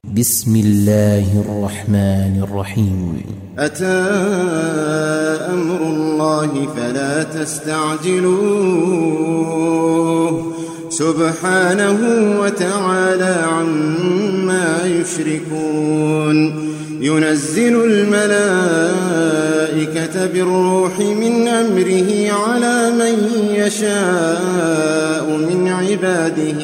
بسم الله الرحمن الرحيم. أتى أمر الله فلا تستعجلوه سبحانه وتعالى عما يشركون. ينزل الملائكة بالروح من أمره على من يشاء من عباده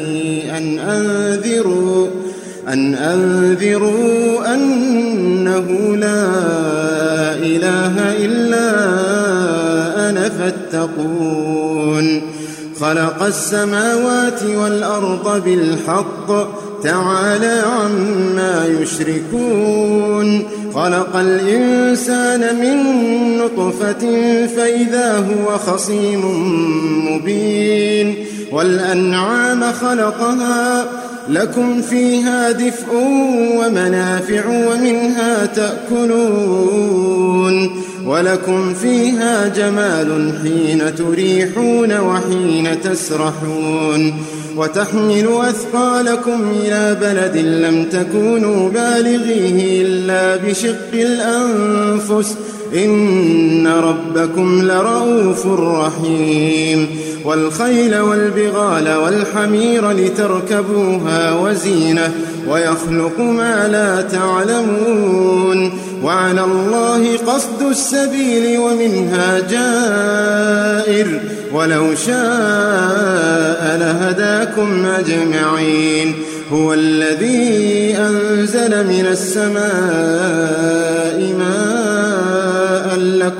أن أنذروا أنه لا إله إلا أنا فاتقون. خلق السماوات والأرض بالحق تعالى عما يشركون. خلق الإنسان من نطفة فإذا هو خصيم مبين. والأنعام خلقها لكم فيها دفء ومنافع ومنها تأكلون. ولكم فيها جمال حين تريحون وحين تسرحون. وتحمل أثقالكم إلى بلد لم تكونوا بالغيه إلا بشق الأنفس إن ربكم لرؤوف رحيم. والخيل والبغال والحمير لتركبوها وزينة ويخلق ما لا تعلمون. وعلى الله قصد السبيل ومنها جائر ولو شاء لهداكم أجمعين. هو الذي أنزل من السماء ماء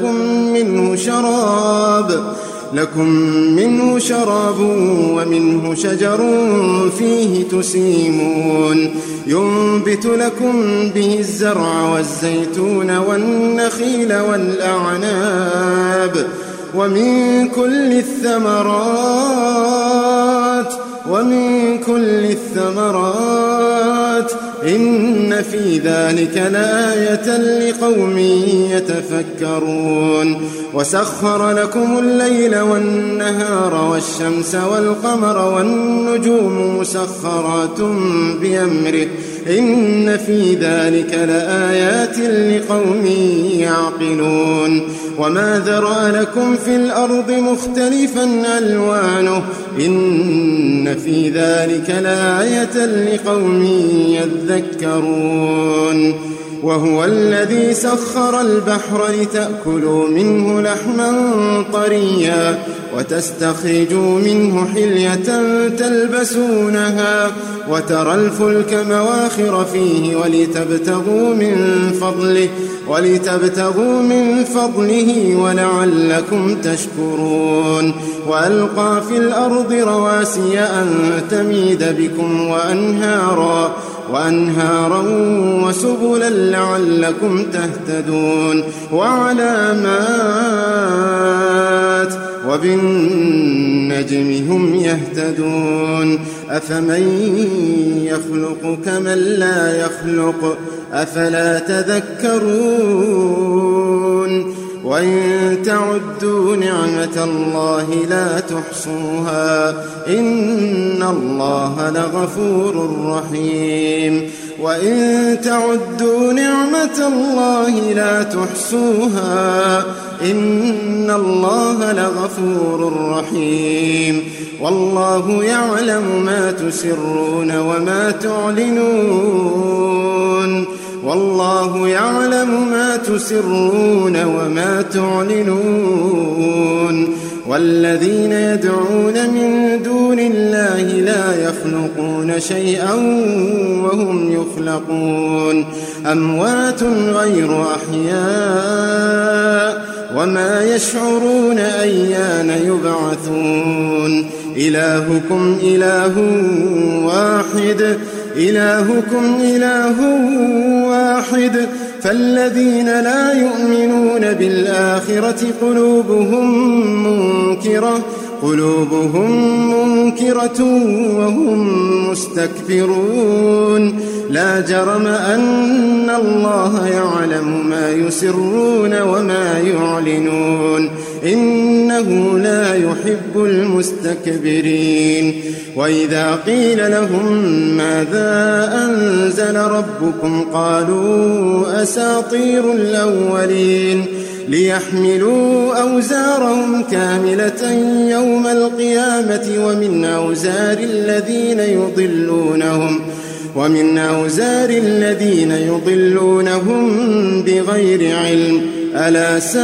لكم منه شراب ومنه شجر فيه تسيمون. ينبت لكم به الزرع والزيتون والنخيل والأعناب ومن كل الثمرات إن في ذلك لآية لقوم يتفكرون. وسخر لكم الليل والنهار والشمس والقمر والنجوم مسخرات بأمره إن في ذلك لآيات لقوم يعقلون. وما ذرأ لكم في الأرض مختلفا ألوانه إن في ذلك لآية لقوم يذكرون. وهو الذي سخر البحر لتأكلوا منه لحما طريا وتستخرجوا منه حلية تلبسونها وترى الفلك مواخر فيه ولتبتغوا من فضله ولعلكم تشكرون. وألقى في الأرض رواسي أن تميد بكم وأنهارا وسبلا لعلكم تهتدون. وعلامات وبالنجم هم يهتدون. أفمن يخلق كمن لا يخلق أفلا تذكرون. وإن تعدوا نعمة الله لا تحصوها إن الله لغفور رحيم. وإن تعدوا نعمة الله لا تحصوها إن الله لغفور رحيم. والله يعلم ما تسرون وما تعلنون. والله يعلم ما تسرون وما تعلنون. والذين يدعون من دون الله لا يخلقون شيئا وهم يخلقون. أموات غير أحياء وما يشعرون أيان يبعثون. إلهكم إله واحد فالذين لا يؤمنون بالآخرة قلوبهم منكرة وهم مستكبرون. لا جرم أن الله يعلم ما يسرون وما يعلنون إنه لا يحب المستكبرين. وإذا قيل لهم ماذا أنزل ربكم قالوا أساطير الأولين ليحملوا أوزارهم كاملة يوم القيامة ومن أوزار الذين يضلونهم بغير علم ألا ساء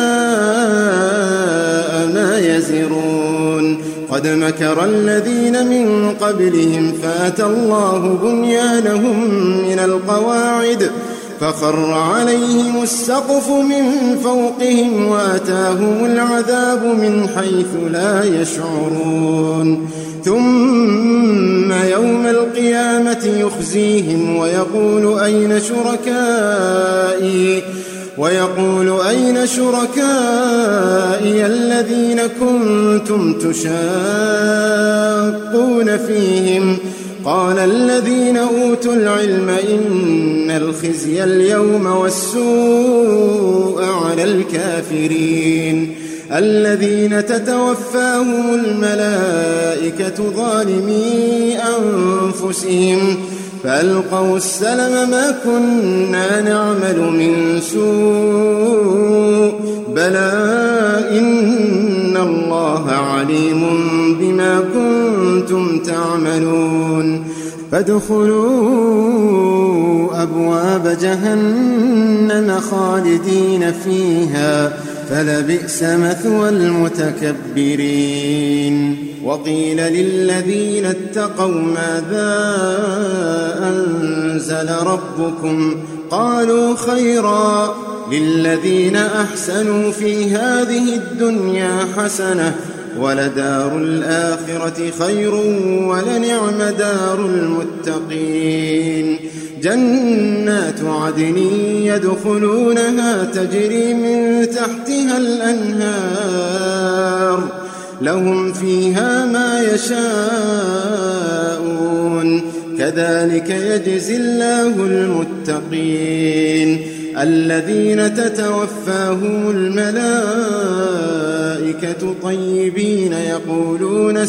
ما يزرون. قد مكر الذين من قبلهم فأتى الله بنيانهم من القواعد فخر عليهم السقف من فوقهم وأتاهم العذاب من حيث لا يشعرون. ثم يوم القيامة يخزيهم ويقول أين شركائي الذين كنتم تشاقون فيهم قال الذين أوتوا العلم إن الخزي اليوم والسوء على الكافرين الذين تتوفاهم الملائكة ظالمي أنفسهم فألقوا السلم ما كنا نعمل من سوء بلى إن الله عليم بما كنتم تعملون. فادخلوا أبواب جهنم خالدين فيها فلبئس مثوى المتكبرين. وقيل للذين اتقوا ماذا أنزل ربكم قالوا خيرا للذين أحسنوا في هذه الدنيا حسنة ولدار الآخرة خير ولنعم دار المتقين. جنات عدن يدخلونها تجري من تحتها الأنهار لهم فيها ما يشاءون كذلك يجزي الله المتقين. الذين تتوفاهم الملائكة طيبين يقولون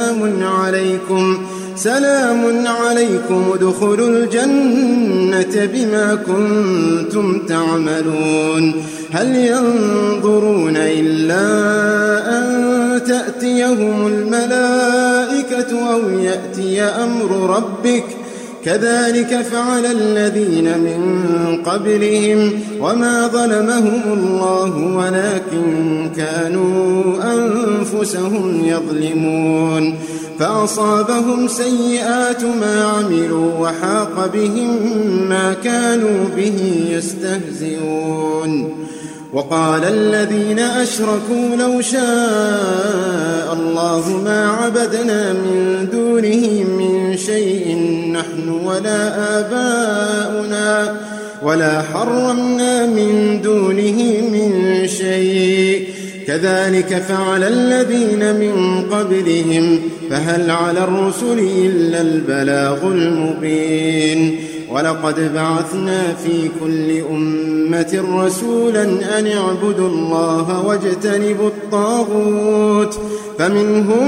سلام عليكم ادخلوا الجنة بما كنتم تعملون. هل ينظرون إلا أن تأتيهم الملائكة أو يأتي أمر ربك كذلك فعل الذين من قبلهم وما ظلمهم الله ولكن كانوا أنفسهم يظلمون. فأصابهم سيئات ما عملوا وحاق بهم ما كانوا به يستهزئون. وقال الذين أشركوا لو شاء الله ما عبدنا من دونه من شيء نحن ولا آباؤنا ولا حرمنا من دونه من شيء كذلك فعل الذين من قبلهم فهل على الرسل إلا البلاغ المبين. ولقد بعثنا في كل أمة رسولا أن اعبدوا الله واجتنبوا الطاغوت فمنهم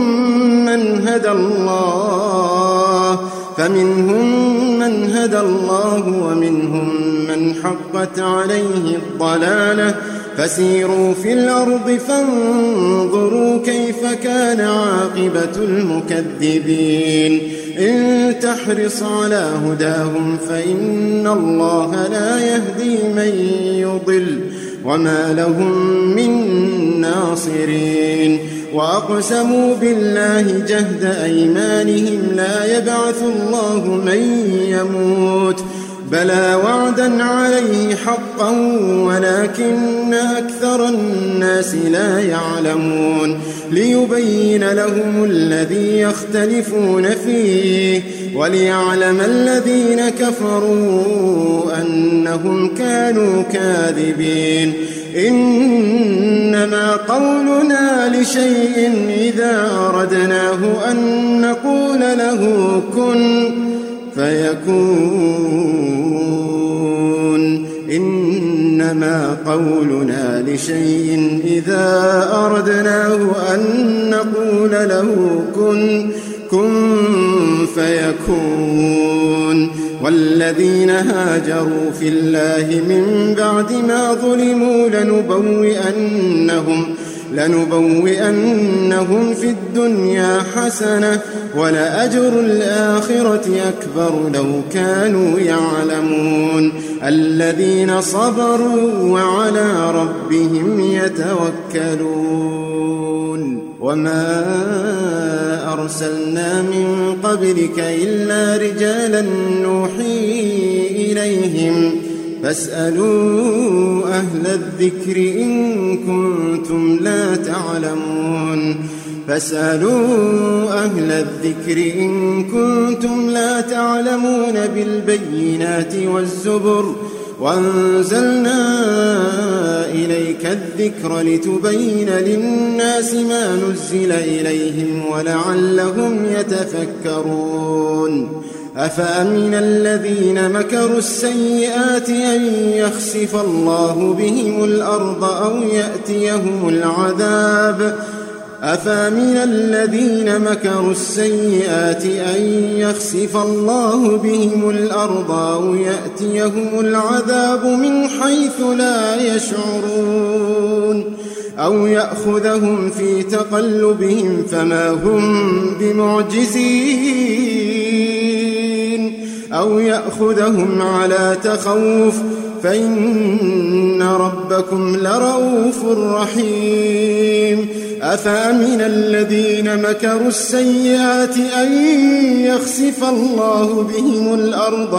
من هدى الله ومنهم من حقت عليه الضلالة فسيروا في الأرض فانظروا كيف كان عاقبة المكذبين. إن تحرص على هداهم فإن الله لا يهدي من يضل وما لهم من ناصرين. وأقسموا بالله جهد أيمانهم لا يبعث الله من يموت بلى وعدا عليه حقا ولكن أكثر الناس لا يعلمون. ليبين لهم الذي يختلفون فيه وليعلم الذين كفروا أنهم كانوا كاذبين. إنما قولنا لشيء إذا أردناه أن نقول له كن فيكون. إنما قولنا لشيء إذا أردناه أن نقول له كن فيكون. والذين هاجروا في الله من بعد ما ظلموا لنبوئنهم في الدنيا حسنة ولأجر الآخرة أكبر لو كانوا يعلمون. الذين صبروا وعلى ربهم يتوكلون. وما أرسلنا من قبلك إلا رجالا نوحي إليهم فاسألوا أهل الذكر إن كنتم لا تعلمون. بالبينات والزبر وأنزلنا إليك الذكر لتبين للناس ما نزل إليهم ولعلهم يتفكرون. أفأمن الذين مكروا السيئات أن يخسف الله بهم الأرض أو يأتيهم العذاب من حيث لا يشعرون أو يأخذهم في تقلبهم فما هم بمعجزين أو يأخذهم على تخوف فإن ربكم لرؤوف رحيم. أفأمن الذين مكروا السيئات أن يخسف الله بهم الأرض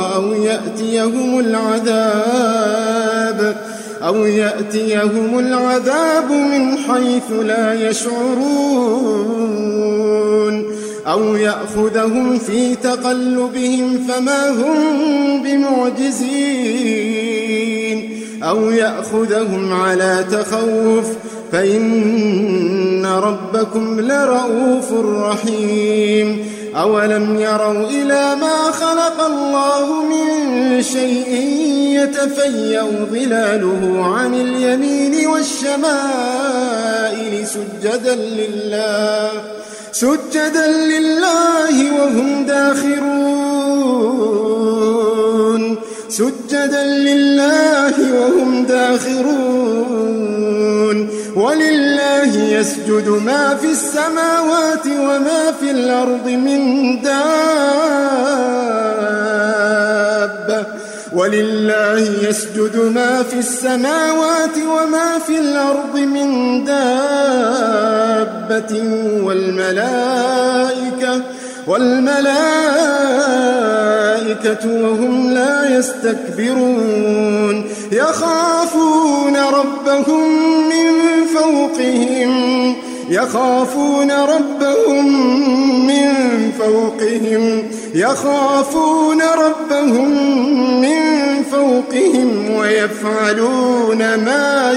أو يأتيهم العذاب من حيث لا يشعرون أو يأخذهم في تقلبهم فما هم بمعجزين أو يأخذهم على تخوف فإن ربكم لرؤوف رحيم. أولم يروا إلى ما خلق الله من شيء يتفيأ ظلاله عن اليمين والشمائل سجدا لله وهم داخرون. ولله يسجد ما في السماوات وما في الأرض من دابة والملائكة وهم لا يستكبرون. يخافون ربهم من فوقهم ويفعلون ما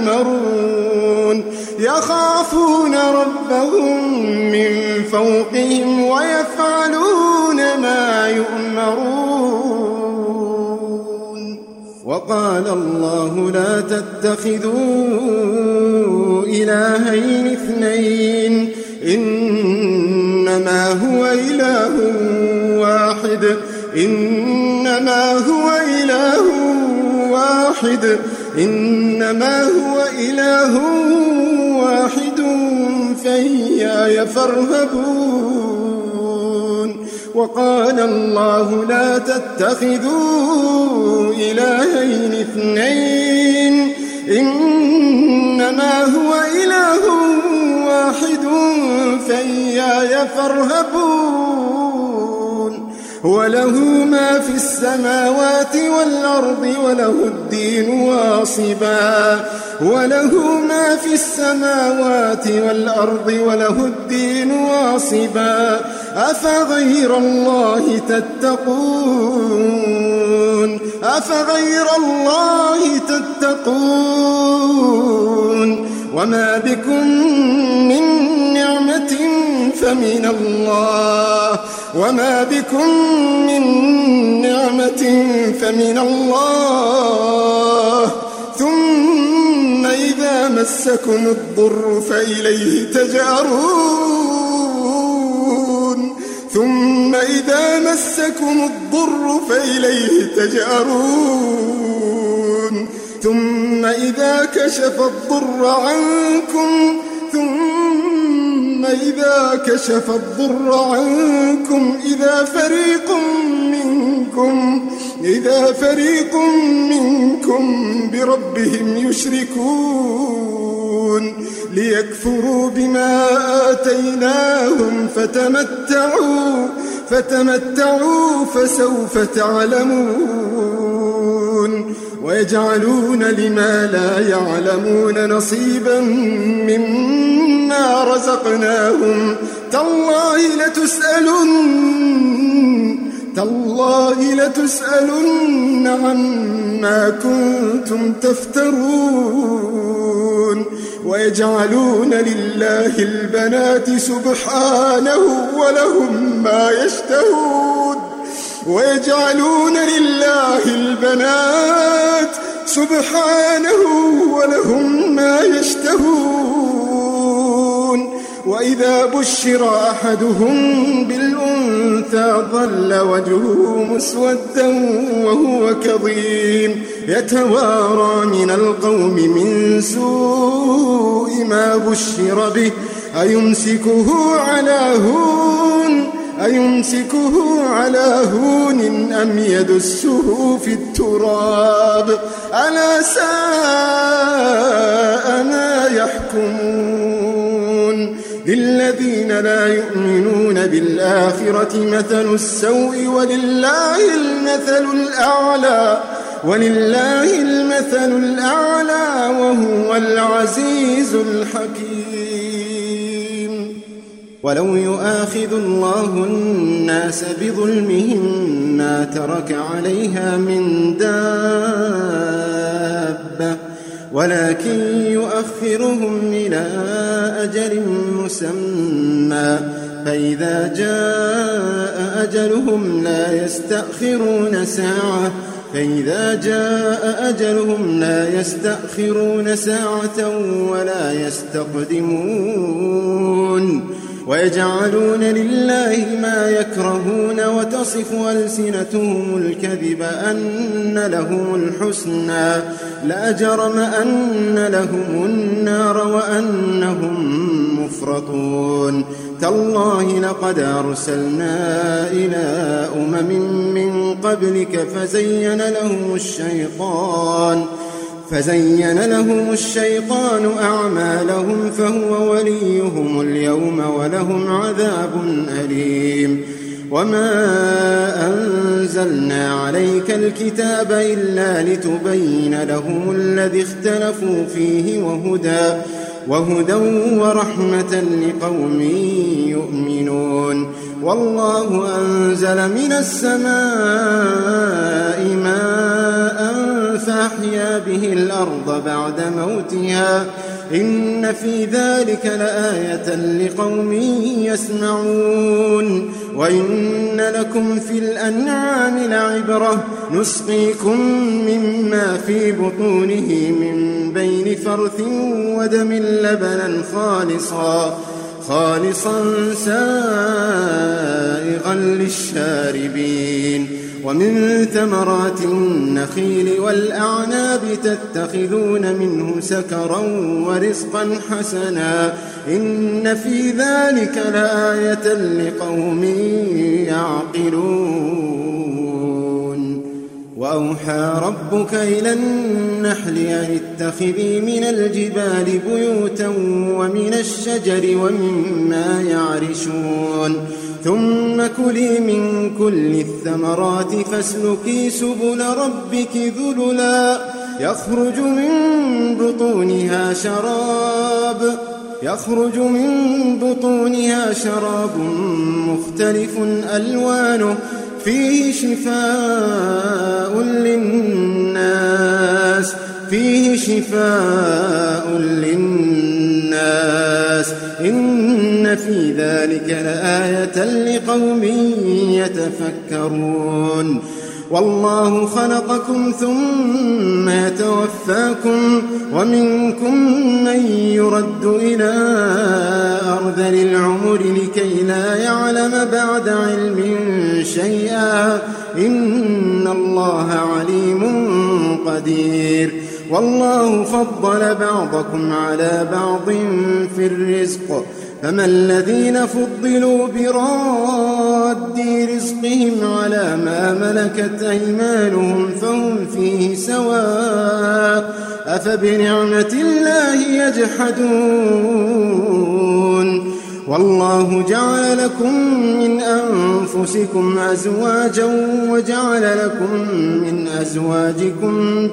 يؤمرون. وقال الله لا تتخذوا إلهين اثنين إنما هو إله واحد فإياي فارهبون. وقال الله لا تتخذوا إلهين اثنين إنما هو إله واحد فإياي فارهبون. وله ما في السماوات والأرض وله الدين واصبا أفغير الله تتقون وما بكم من نعمة فمن الله ثم إذا مسكم الضر فإليه تجأرون ثم إذا مسكم الضر فإليه تجأرون ثم إذا كشف الضر عنكم إذا فريق منكم بربهم يشركون ليكفروا بما آتيناهم فتمتعوا فسوف تعلمون ويجعلون لما لا يعلمون نصيبا مما رزقناهم تالله لتسألن عما كنتم تفترون ويجعلون لله البنات سبحانه ولهم ما يشتهون وإذا بشر أحدهم بالأنثى ظل وجهه مسودا وهو كظيم يتوارى من القوم من سوء ما بشر به أيمسكه على هون أم يدسه في التراب ألا ساء ما يحكمون للذين لا يؤمنون بالآخرة مثل السوء ولله المثل الأعلى وهو العزيز الحكيم ولو يؤاخذ الله الناس بظلمهم ما ترك عليها من دابة ولكن يؤخرهم إلى أجل مسمى فإذا جاء أجلهم لا يستأخرون ساعة ولا يستقدمون ويجعلون لله ما يكرهون وتصف ألسنتهم الكذب أن لهم الحسنى لا جرم أن لهم النار وأنهم مفرطون تالله لقد أرسلنا إلى من قبلك فزين لهم الشيطان أعمالهم فهو وليهم اليوم ولهم عذاب أليم وما أنزلنا عليك الكتاب إلا لتبين لهم الذي اختلفوا فيه وهدى ورحمة لقوم يؤمنون والله أنزل من السماء ماء فأحيا به الأرض بعد موتها إن في ذلك لآية لقوم يسمعون وإن لكم في الأنعام لعبرة نسقيكم مما في بطونه من بين فرث ودم لبنا خالصا سائغا للشاربين ومن ثمرات النخيل والأعناب تتخذون منه سكرا ورزقا حسنا إن في ذلك لآية لقوم يعقلون وأوحى ربك إلى النحل أن اتخذي من الجبال بيوتا ومن الشجر ومما يعرشون ثم كلي من كل الثمرات فاسلكي سبل ربك ذللا يخرج من بطونها شراب مختلف ألوانه فيه شفاء للناس إن في ذلك لآية لقوم يتفكرون والله خلقكم ثم يتوفاكم ومنكم من يرد إلى أرذل العمر لكي لا يعلم بعد علم شيئا إن الله عليم قدير والله فضل بعضكم على بعض في الرزق فما الذين فضلوا براد رزقهم على ما ملكت أيمانهم فهم فيه سواء أفبنعمة الله يجحدون والله جعل لكم من أنفسكم أزواجا وجعل لكم من أزواجكم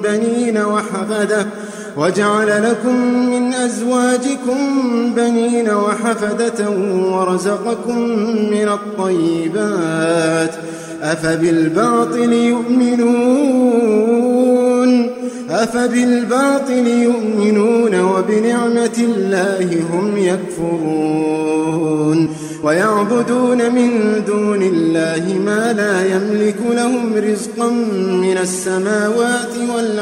بنين وحفدة ورزقكم من الطيبات أفبالباطل يؤمنون وبنعمة الله هم يكفرون ويعبدون من دون الله ما لا يملك لهم رزقا من السماوات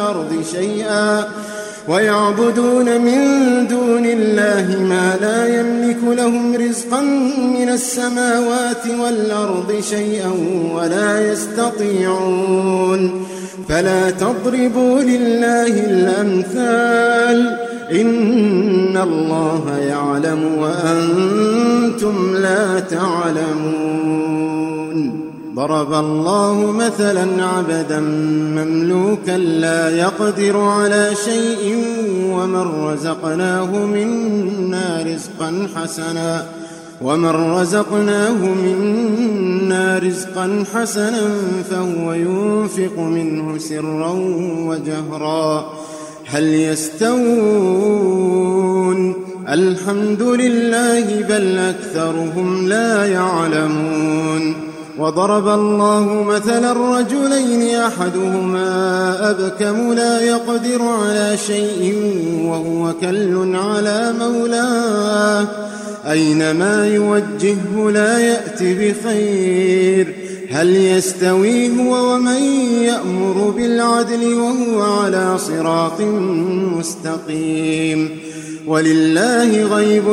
والأرض شيئا ولا يستطيعون فلا تضربوا لله الأمثال إن الله يعلم وأنتم لا تعلمون ضرب الله مثلا عبدا مملوكا لا يقدر على شيء ومن رزقناه منا رزقا حسنا فهو ينفق منه سرا وجهرا هل يستوون الحمد لله بل أكثرهم لا يعلمون وضرب الله مثلا رجلين أحدهما أبكم لا يقدر على شيء وهو كل على مولاه أينما يوجهه لا يأتي بخير هل يستوي هو ومن يأمر بالعدل وهو على صراط مستقيم ولله غيب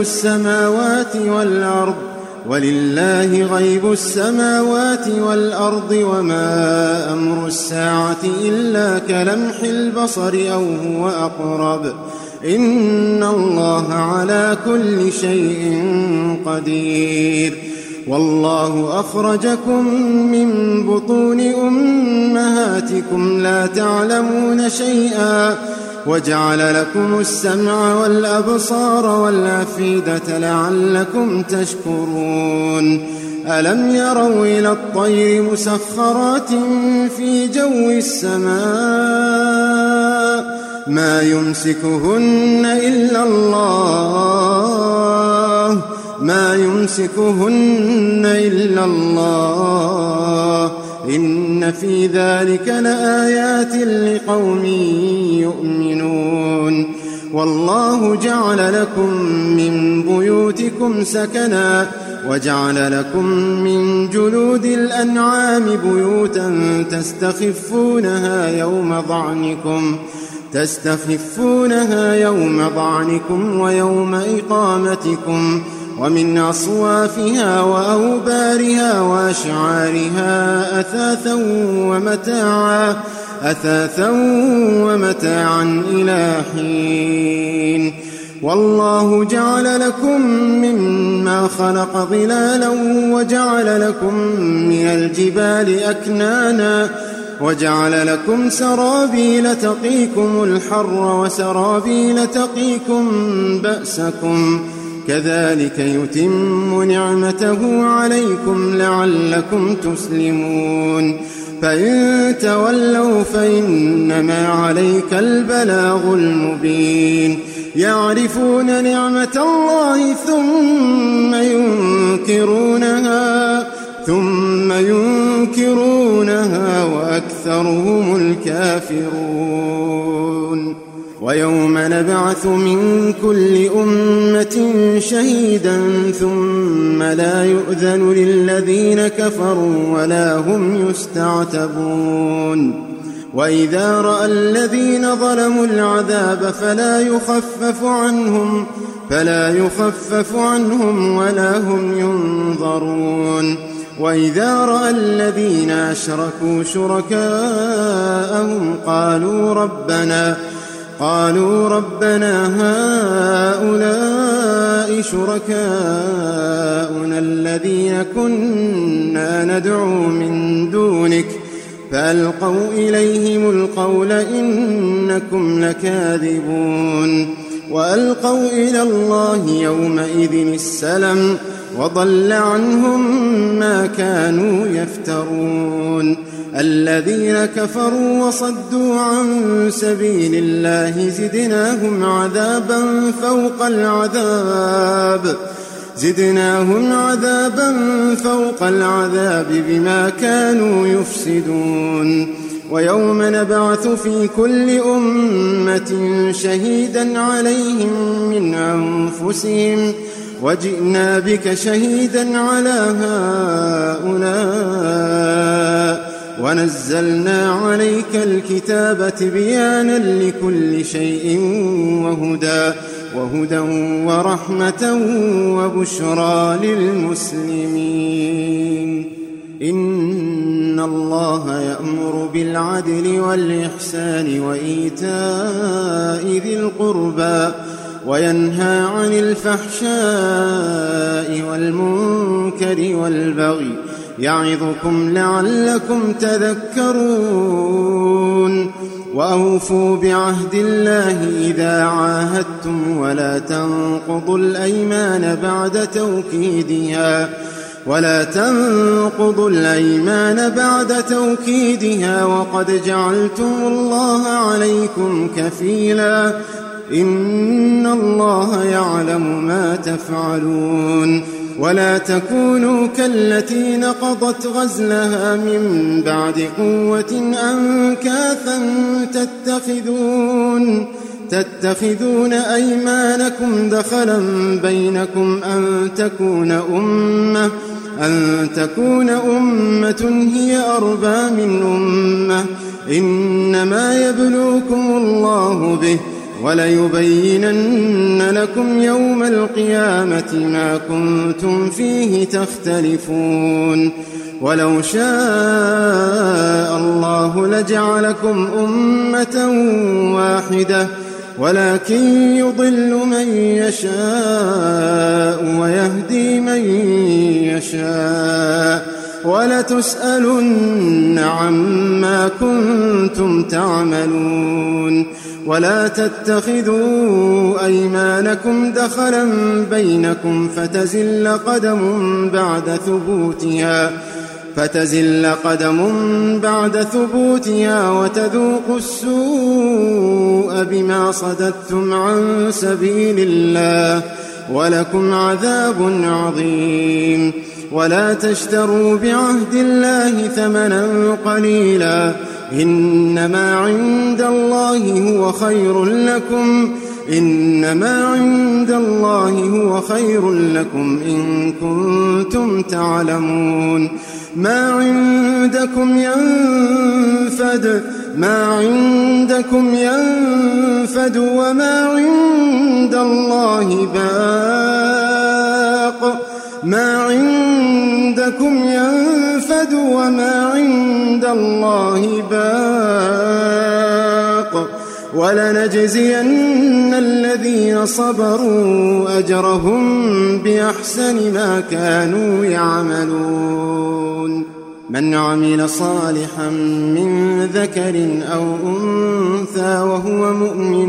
السماوات والأرض وما أمر الساعة إلا كلمح البصر أو هو أقرب إن الله على كل شيء قدير والله أخرجكم من بطون أمهاتكم لا تعلمون شيئا وجعل لكم السمع والأبصار والأفئدة لعلكم تشكرون ألم يروا إلى الطير مسخرات في جو السماء ما يمسكهن إلا الله إن في ذلك لآيات لقوم يؤمنون والله جعل لكم من بيوتكم سكنا وجعل لكم من جلود الأنعام بيوتا تستخفونها يوم ضعنكم ويوم إقامتكم ومن أصوافها وأوبارها وأشعارها أثاثا ومتاعا إلى حين والله جعل لكم مما خلق ظلالا وجعل لكم من الجبال أكنانا وجعل لكم سرابيل تقيكم الحر وسرابيل تقيكم بأسكم كذلك يتم نعمته عليكم لعلكم تسلمون فإن تولوا فإنما عليك البلاغ المبين يعرفون نعمة الله ثم ينكرونها وأكثرهم الكافرون ويوم نبعث من كل أمة شهيدا ثم لا يؤذن للذين كفروا ولا هم يستعتبون وإذا رأى الذين ظلموا العذاب فلا يخفف عنهم ولا هم ينظرون وإذا رأى الذين أشركوا شركاءهم قالوا ربنا هؤلاء شركاؤنا الذين كنا ندعو من دونك فألقوا إليهم القول إنكم لكاذبون وألقوا إلى الله يومئذ السلم وضل عنهم ما كانوا يفترون الذين كفروا وصدوا عن سبيل الله زدناهم عذابا فوق العذاب بما كانوا يفسدون ويوم نبعث في كل أمة شهيدا عليهم من أنفسهم وجئنا بك شهيدا على هؤلاء ونزلنا عليك الكتاب تبيانا لكل شيء وهدى ورحمة وبشرى للمسلمين إن الله يأمر بالعدل والإحسان وإيتاء ذي القربى وينهى عن الفحشاء والمنكر والبغي يعظكم لعلكم تذكرون وأوفوا بعهد الله إذا عاهدتم ولا تنقضوا الأيمان بعد توكيدها وقد جعلتم الله عليكم كفيلا إن الله يعلم ما تفعلون ولا تكونوا كالتي نقضت غزلها من بعد قوة أنكاثا تتخذون أيمانكم دخلا بينكم أن تكون أمة هي أربى من أمة إنما يبلوكم الله به وليبينن لكم يوم القيامة ما كنتم فيه تختلفون ولو شاء الله لجعلكم أمة واحدة ولكن يضل من يشاء ويهدي من يشاء ولتسألن عما كنتم تعملون ولا تتخذوا أيمانكم دخلا بينكم فتزل قدم بعد ثبوتها وتذوقوا السوء بما صددتم عن سبيل الله ولكم عذاب عظيم ولا تشتروا بعهد الله ثمنا قليلا إنما عند الله هو خير لكم إن كنتم تعلمون ما عندكم ينفد وما عند الله باق ولنجزين الذين صبروا أجرهم بأحسن ما كانوا يعملون من عمل صالحا من ذكر أو أنثى وهو مؤمن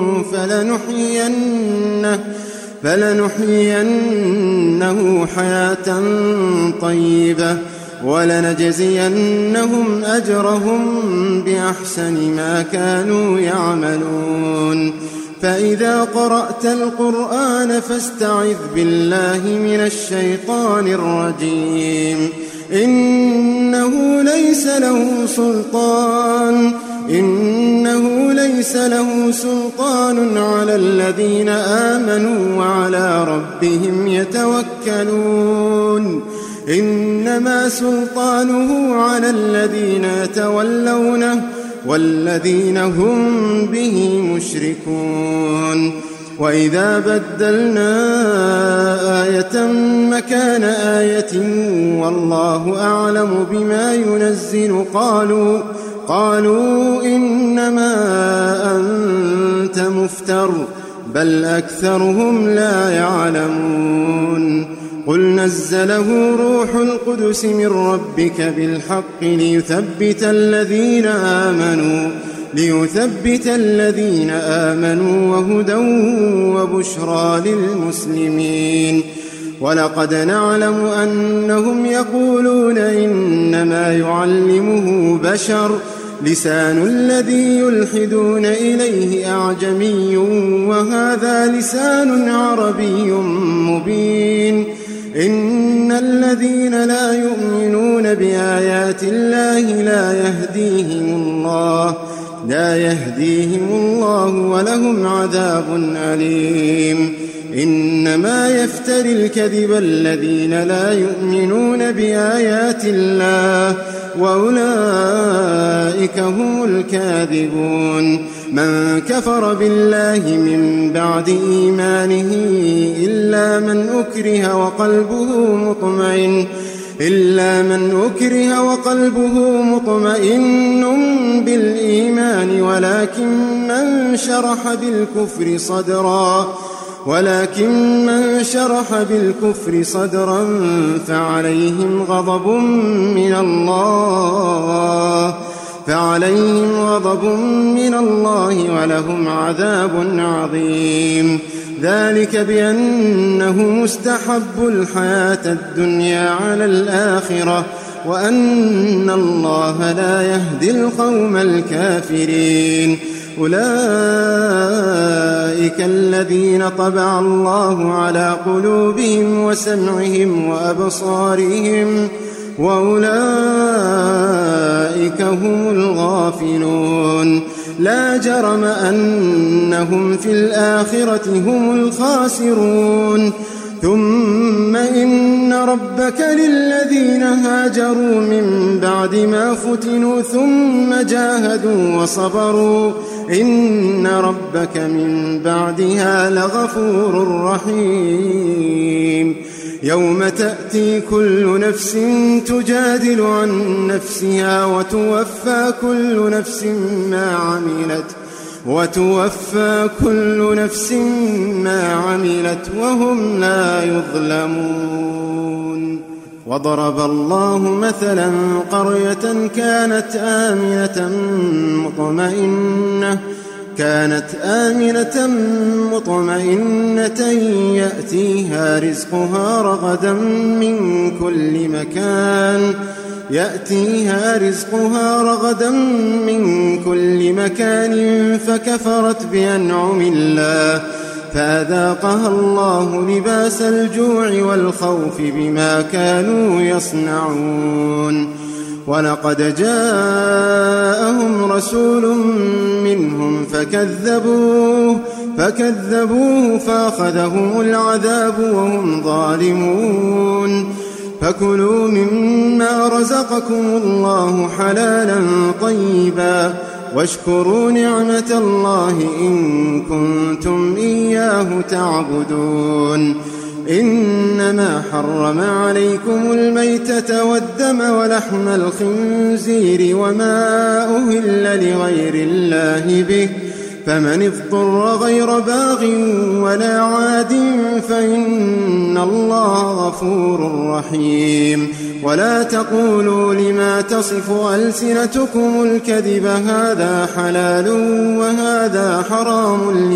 فلنحيينه حياة طيبة ولنجزينهم أجرهم بأحسن ما كانوا يعملون فإذا قرأت القرآن فاستعذ بالله من الشيطان الرجيم إنه ليس له ليس له سلطان على الذين آمنوا وعلى ربهم يتوكلون إنما سلطانه على الذين يتولونه والذين هم به مشركون وإذا بدلنا آية مكان آية والله أعلم بما ينزل قالوا إنما أنت مفتر بل أكثرهم لا يعلمون قل نزله روح القدس من ربك بالحق ليثبت الذين آمنوا وهدى وبشرى للمسلمين ولقد نعلم أنهم يقولون إنما يعلمه بشر لسان الذي يلحدون إليه أعجمي وهذا لسان عربي مبين إن الذين لا يؤمنون بآيات الله لا يهديهم الله ولهم عذاب أليم إنما يفتري الكذب الذين لا يؤمنون بآيات الله وأولئك هم الكاذبون من كفر بالله من بعد إيمانه إلا من أكره وقلبه مطمئن بالإيمان ولكن من شرح بالكفر صدرا فعليهم غضب من الله ولهم عذاب عظيم ذلك بأنه مستحب الحياة الدنيا على الآخرة وأن الله لا يهدي القوم الكافرين أولئك الذين طبع الله على قلوبهم وسمعهم وأبصارهم وأولئك هم الغافلون لا جرم أنهم في الآخرة هم الخاسرون ثم إن ربك للذين هاجروا من بعد ما فتنوا ثم جاهدوا وصبروا إن ربك من بعدها لغفور رحيم يوم تأتي كل نفس تجادل عن نفسها وتوفى كل نفس ما عملت وهم لا يظلمون وضرب الله مثلا قرية كانت آمنة مطمئنة يأتيها رزقها رغدا من كل مكان فكفرت بأنعم الله فأذاقها الله لباس الجوع والخوف بما كانوا يصنعون ولقد جاءهم رسول منهم فكذبوه فأخذهم العذاب وهم ظالمون فكلوا مما رزقكم الله حلالا طيبا واشكروا نعمة الله إن كنتم إياه تعبدون إنما حرم عليكم الميتة والدم ولحم الخنزير وما أهل لغير الله به فمن اضطر غير باغ ولا عاد فإن الله غفور رحيم ولا تقولوا لما تصف ألسنتكم الكذب هذا حلال وهذا حرام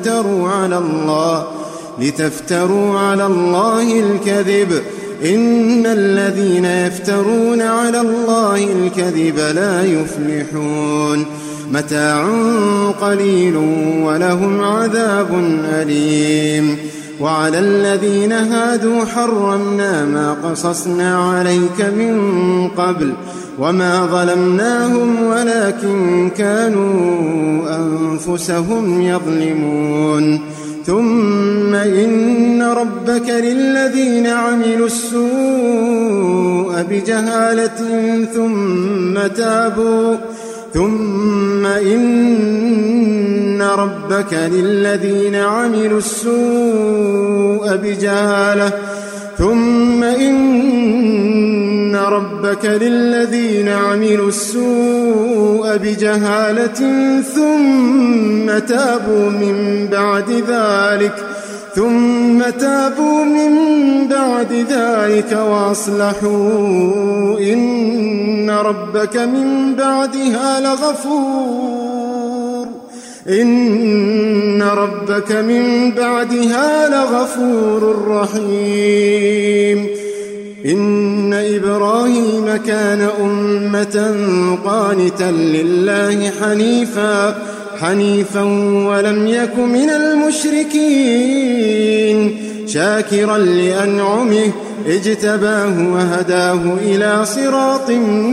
لتفتروا على الله الكذب إن الذين يفترون على الله الكذب لا يفلحون متاع قليل ولهم عذاب أليم وعلى الذين هادوا حرمنا ما قصصنا عليك من قبل وما ظلمناهم ولكن كانوا أنفسهم يظلمون ثم إن ربك للذين عملوا السوء بجهالة ثم إن ربك للذين عملوا السوء بجهالة ثم تابوا من بعد ذلك وأصلحوا إن ربك من بعدها لغفور رحيم إن إبراهيم كان أمة قانتا لله حنيفا ولم يك من المشركين شاكرا لأنعمه اجتباه وهداه إلى صراط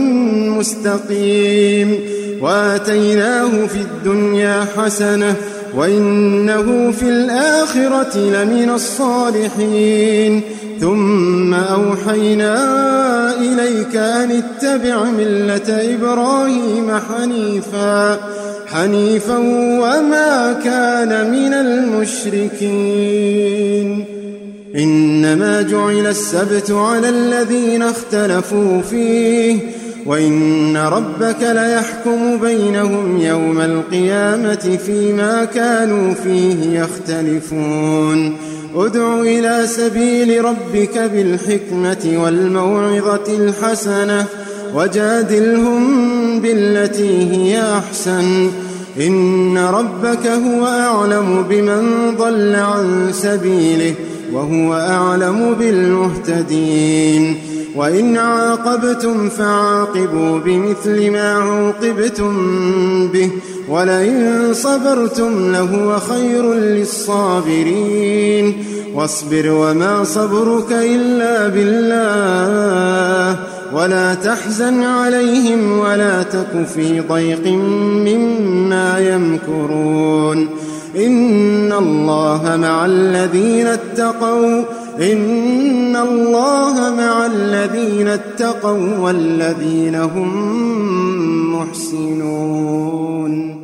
مستقيم وآتيناه في الدنيا حسنة وإنه في الآخرة لمن الصالحين ثم أوحينا إليك أن اتبع ملة إبراهيم حنيفا وما كان من المشركين إنما جعل السبت على الذين اختلفوا فيه وإن ربك ليحكم بينهم يوم القيامة فيما كانوا فيه يختلفون ادع إلى سبيل ربك بالحكمة والموعظة الحسنة وجادلهم بالتي هي أحسن إن ربك هو أعلم بمن ضل عن سبيله وهو أعلم بالمهتدين وإن عاقبتم فعاقبوا بمثل ما عوقبتم به ولئن صبرتم لهو خير للصابرين واصبر وما صبرك إلا بالله ولا تحزن عليهم ولا تك في ضيق مما يمكرون إن الله مع الذين اتقوا والذين هم محسنون